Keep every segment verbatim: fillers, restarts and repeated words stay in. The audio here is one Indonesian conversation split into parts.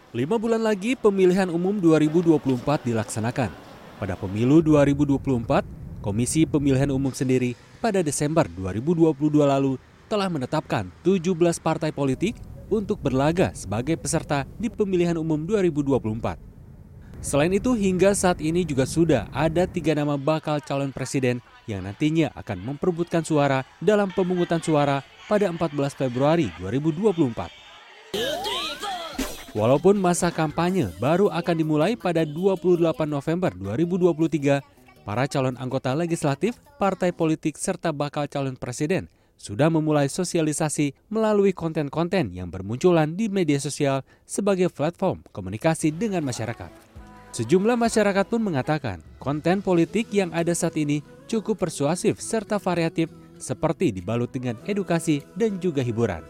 Lima bulan lagi pemilihan umum dua ribu dua puluh empat dilaksanakan. Pada pemilu dua ribu dua puluh empat, Komisi Pemilihan Umum sendiri pada Desember dua ribu dua puluh dua lalu telah menetapkan tujuh belas partai politik untuk berlaga sebagai peserta di pemilihan umum dua ribu dua puluh empat. Selain itu, hingga saat ini juga sudah ada tiga nama bakal calon presiden yang nantinya akan memperebutkan suara dalam pemungutan suara pada empat belas Februari dua ribu dua puluh empat. Walaupun masa kampanye baru akan dimulai pada dua puluh delapan November dua ribu dua puluh tiga, para calon anggota legislatif, partai politik, serta bakal calon presiden sudah memulai sosialisasi melalui konten-konten yang bermunculan di media sosial sebagai platform komunikasi dengan masyarakat. Sejumlah masyarakat pun mengatakan konten politik yang ada saat ini cukup persuasif serta variatif seperti dibalut dengan edukasi dan juga hiburan.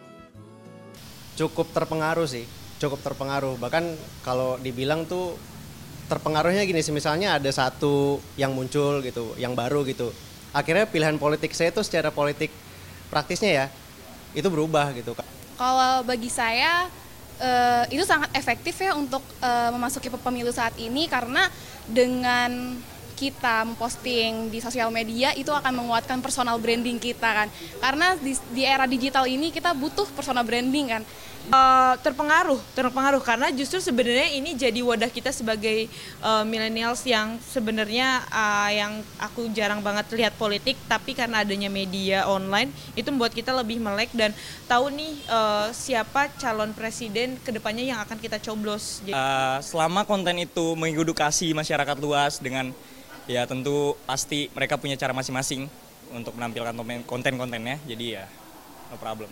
Cukup terpengaruh sih, cukup terpengaruh. Bahkan kalau dibilang tuh terpengaruhnya gini sih, misalnya ada satu yang muncul gitu, yang baru gitu. Akhirnya pilihan politik saya itu secara politik praktisnya ya, itu berubah gitu. Kalau bagi saya Uh, itu sangat efektif ya untuk uh, memasuki pemilu saat ini, karena dengan kita memposting di sosial media itu akan menguatkan personal branding kita kan, karena di, di era digital ini kita butuh personal branding kan. Uh, terpengaruh, terpengaruh karena justru sebenarnya ini jadi wadah kita sebagai uh, millennials yang sebenarnya uh, yang aku jarang banget lihat politik, tapi karena adanya media online itu membuat kita lebih melek dan tahu nih uh, siapa calon presiden kedepannya yang akan kita coblos. Uh, selama konten itu mengedukasi masyarakat luas dengan ya tentu pasti mereka punya cara masing-masing untuk menampilkan konten-kontennya, jadi ya no problem.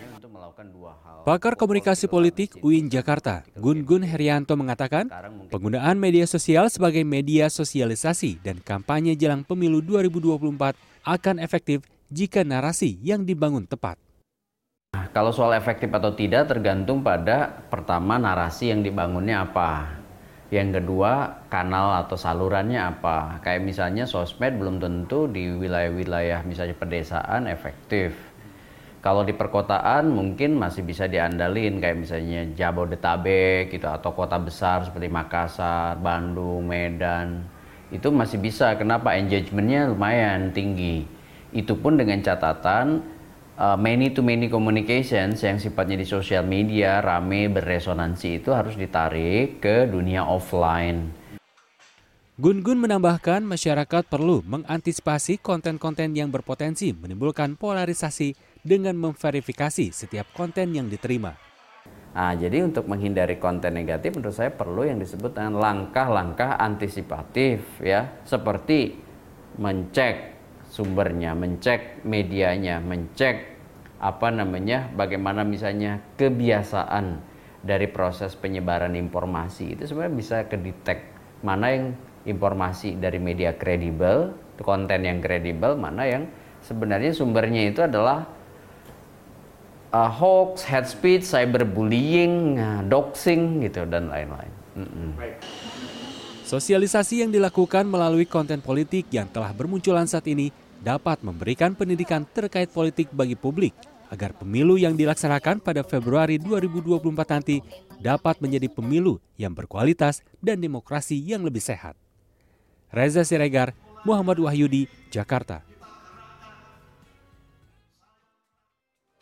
Pakar komunikasi politik U I N Jakarta, Gun Gun Herianto mengatakan, penggunaan media sosial sebagai media sosialisasi dan kampanye jelang pemilu dua ribu dua puluh empat akan efektif jika narasi yang dibangun tepat. Nah, kalau soal efektif atau tidak tergantung pada pertama narasi yang dibangunnya apa. Yang kedua, kanal atau salurannya apa. Kayak misalnya sosmed belum tentu di wilayah-wilayah misalnya pedesaan efektif. Kalau di perkotaan mungkin masih bisa diandalin kayak misalnya Jabodetabek gitu, atau kota besar seperti Makassar, Bandung, Medan. Itu masih bisa. Kenapa? Engagementnya lumayan tinggi. Itu pun dengan catatan uh, many to many communications yang sifatnya di sosial media rame berresonansi itu harus ditarik ke dunia offline. Gun Gun menambahkan masyarakat perlu mengantisipasi konten-konten yang berpotensi menimbulkan polarisasi dengan memverifikasi setiap konten yang diterima. Nah, jadi untuk menghindari konten negatif menurut saya perlu yang disebut dengan langkah-langkah antisipatif ya, seperti mencek sumbernya, mencek medianya, mencek apa namanya, bagaimana misalnya kebiasaan dari proses penyebaran informasi itu sebenarnya bisa kedetek mana yang informasi dari media kredibel, konten yang kredibel, mana yang sebenarnya sumbernya itu adalah Uh, hoax, hate speech, cyberbullying, uh, doxing gitu dan lain-lain. Mm-mm. Sosialisasi yang dilakukan melalui konten politik yang telah bermunculan saat ini dapat memberikan pendidikan terkait politik bagi publik agar pemilu yang dilaksanakan pada Februari dua ribu dua puluh empat nanti dapat menjadi pemilu yang berkualitas dan demokrasi yang lebih sehat. Reza Siregar, Muhammad Wahyudi, Jakarta.